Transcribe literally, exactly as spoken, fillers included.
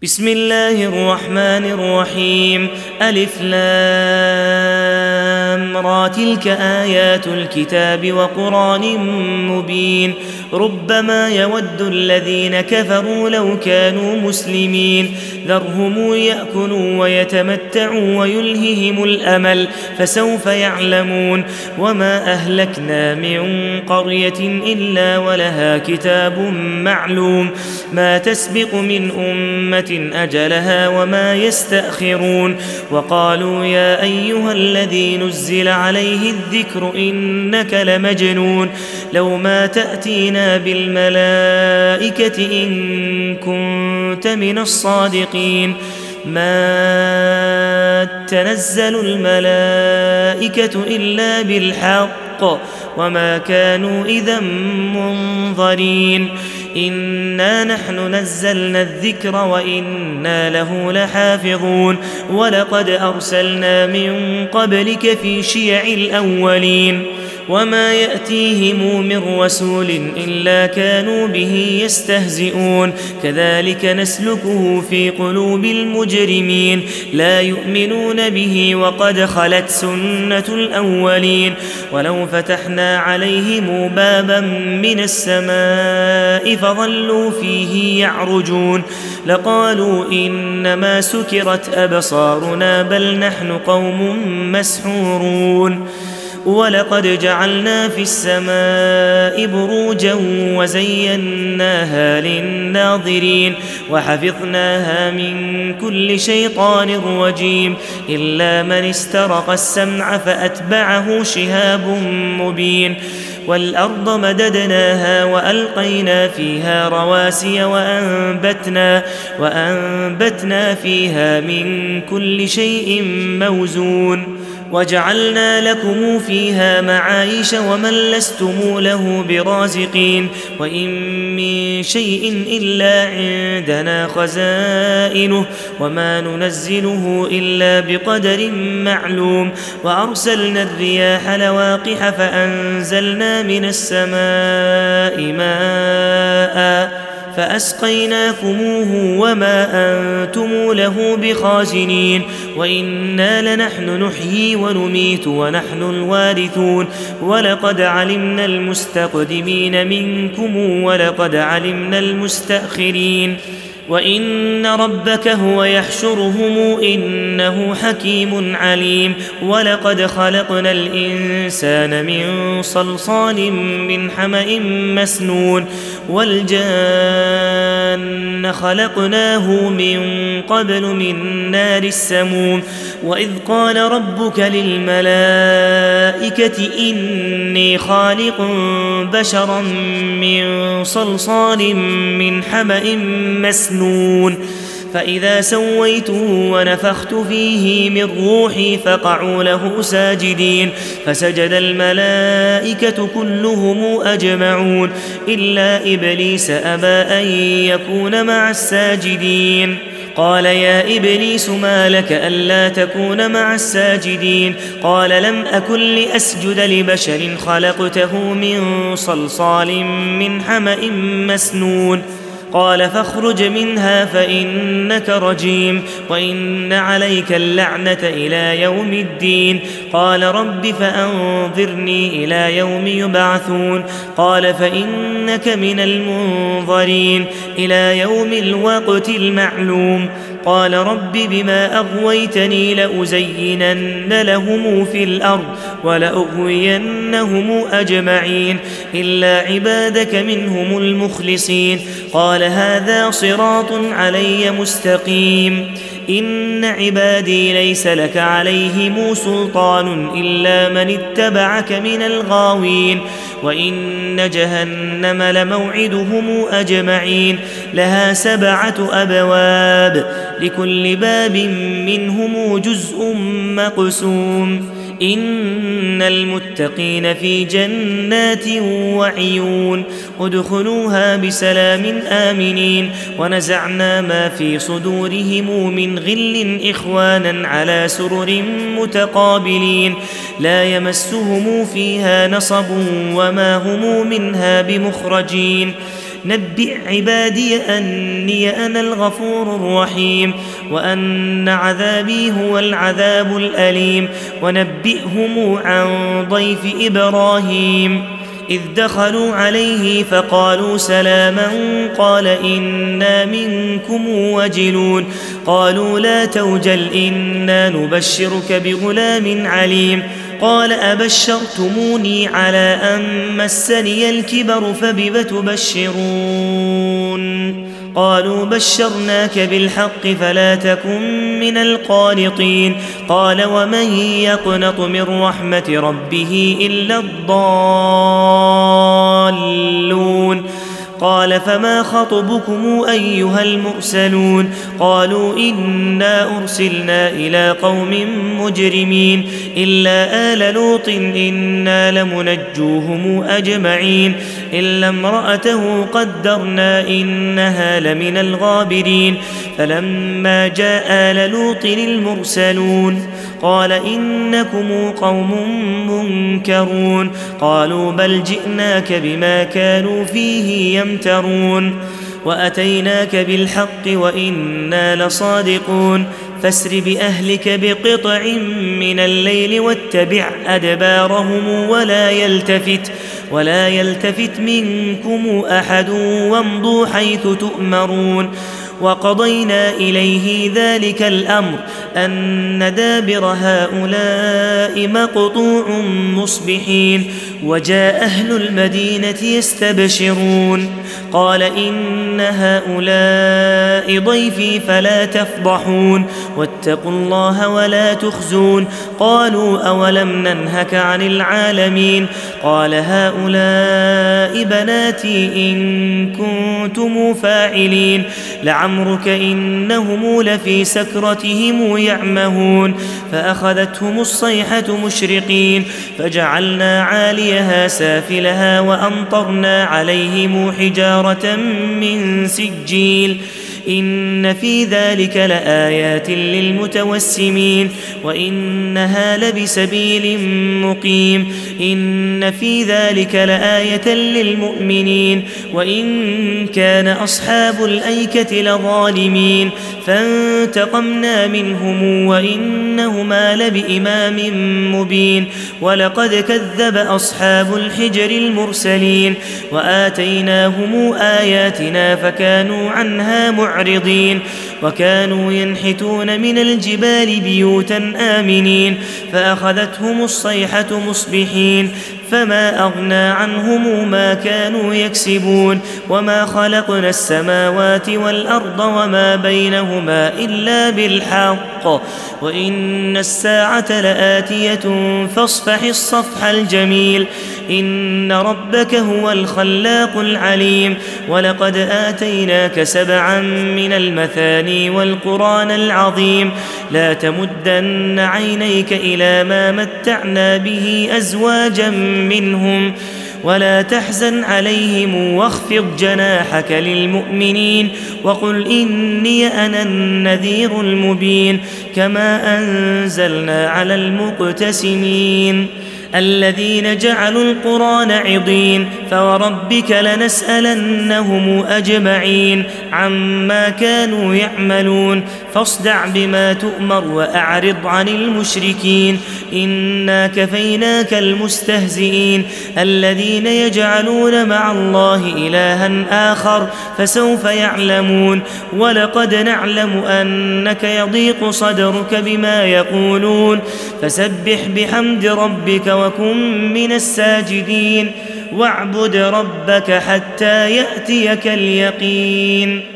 بسم الله الرحمن الرحيم. ألف لام را تلك آيات الكتاب وقرآن مبين. ربما يود الذين كفروا لو كانوا مسلمين ذرهم يأكلوا ويتمتعوا ويلههم الأمل فسوف يعلمون. وما أهلكنا من قرية إلا ولها كتاب معلوم ما تسبق من أمة أجلها وما يستأخرون. وقالوا يا أيها الذي نزل عليه الذكر إنك لمجنون لو ما تأتينا بالملائكة إن كنت من الصادقين. ما تنزل الملائكة إلا بالحق وما كانوا إذا منظرين. إنا نحن نزلنا الذكر وإنا له لحافظون. ولقد أرسلنا من قبلك في شيع الأولين وما يأتيهم من رسول إلا كانوا به يستهزئون. كذلك نسلكه في قلوب المجرمين لا يؤمنون به وقد خلت سنة الأولين. ولو فتحنا عليهم بابا من السماء فظلوا فيه يعرجون لقالوا إنما سكرت أبصارنا بل نحن قوم مسحورون. ولقد جعلنا في السماء بروجا وزيناها للناظرين وحفظناها من كل شيطان رجيم إلا من استرق السمع فأتبعه شهاب مبين. والأرض مددناها وألقينا فيها رواسي وأنبتنا, وأنبتنا فيها من كل شيء موزون وجعلنا لكم فيها معايش ومن لستم له برازقين. وإن من شيء إلا عندنا خزائنه وما ننزله إلا بقدر معلوم. وأرسلنا الرياح لواقح فأنزلنا من السماء ماء فأسقيناكموه وما أنتم له بخازنين. وإنا لنحن نحيي ونميت ونحن الوارثون. ولقد علمنا المستقدمين منكم ولقد علمنا المستأخرين. وإن ربك هو يحشرهم إنه حكيم عليم. ولقد خلقنا الإنسان من صلصال من حمأ مسنون والجان خلقناه من قبل من نار السموم. وإذ قال ربك للملائكة إني خالق بشرا من صلصال من حمأ مسنون فإذا سويته ونفخت فيه من روحي فقعوا له ساجدين. فسجد الملائكة كلهم أجمعون إلا إبليس أبى أن يكون مع الساجدين. قال يا إبليس ما لك ألا تكون مع الساجدين؟ قال لم أكن لأسجد لبشر خلقته من صلصال من حمأ مسنون. قال فاخرج منها فإنك رجيم وإن عليك اللعنة إلى يوم الدين. قال رب فأنظرني إلى يوم يبعثون. قال فإنك من المنظرين إلى يوم الوقت المعلوم. قال رب بما أغويتني لأزينن لهم في الأرض ولأغوينهم أجمعين إلا عبادك منهم المخلصين. قال هذا صراط علي مستقيم. إن عبادي ليس لك عليهم سلطان إلا من اتبعك من الغاوين. وإن جهنم لموعدهم أجمعين لها سبعة أبواب لكل باب منهم جزء مقسوم. إن المتقين في جنات وعيون ادخلوها بسلام آمنين. ونزعنا ما في صدورهم من غل إخوانا على سرر متقابلين لا يمسهم فيها نصب وما هم منها بمخرجين نبئ عبادي أني أنا الغفور الرحيم وأن عذابي هو العذاب الأليم ونبئهم عن ضيف إبراهيم إذ دخلوا عليه فقالوا سلاما قال إنا منكم وجلون قالوا لا توجل إنا نبشرك بغلام عليم قال أبشرتموني على أن مسني الكبر فبم تبشرون قالوا بشرناك بالحق فلا تكن من القانطين قال ومن يقنط من رحمة ربه إلا الضالون قال فما خطبكم أيها المرسلون قالوا إنا أرسلنا إلى قوم مجرمين إلا آل لوط إنا لمنجوهم أجمعين إلا امرأته قدرنا إنها لمن الغابرين فلما جاء آل لوط المرسلون قال إنكم قوم منكرون قالوا بل جئناك بما كانوا فيه يمترون وأتيناك بالحق وإنا لصادقون فاسر بأهلك بقطع من الليل واتبع أدبارهم ولا يلتفت ولا يلتفت منكم أحد وامضوا حيث تؤمرون وقضينا إليه ذلك الأمر أن دابر هؤلاء مقطوع مصبحين وجاء أهل المدينة يستبشرون قال إن هؤلاء ضيفي فلا تفضحون واتقوا الله ولا تخزون قالوا أولم ننهك عن العالمين قال هؤلاء بناتي إن كنتم فاعلين لعمرك إنهم لفي سكرتهم يعمهون فأخذتهم الصيحة مشرقين فجعلنا عاليها سافلها وأمطرنا عليهم حجارة من سجيل إن في ذلك لآيات للمتوسمين وإنها لبسبيل مقيم إن في ذلك لآية للمؤمنين وإن كان أصحاب الأيكة لظالمين فانتقمنا منهم وإنهما لبإمام مبين ولقد كذب أصحاب الحجر المرسلين وآتيناهم آياتنا فكانوا عنها معرضين وكانوا ينحتون من الجبال بيوتا آمنين فأخذتهم الصيحة مصبحين فما أغنى عنهم ما كانوا يكسبون وما خلقنا السماوات والأرض وما بينهما إلا بالحق وإن الساعة لآتية فاصفح الصفح الجميل إن ربك هو الخلاق العليم ولقد آتيناك سبعا من المثاني والقرآن العظيم لا تمدن عينيك إلى ما متعنا به أزواجا منهم ولا تحزن عليهم واخفض جناحك للمؤمنين وقل إني أنا النذير المبين كما أنزلنا على المقتسمين الذين جعلوا القرآن عضين فوربك لنسألنهم أجمعين عما كانوا يعملون فاصدع بما تؤمر وأعرض عن المشركين إنا كفيناك المستهزئين الذين يجعلون مع الله إلها آخر فسوف يعلمون ولقد نعلم أنك يضيق صدرك بما يقولون فسبح بحمد ربك وكن من الساجدين واعبد ربك حتى يأتيك اليقين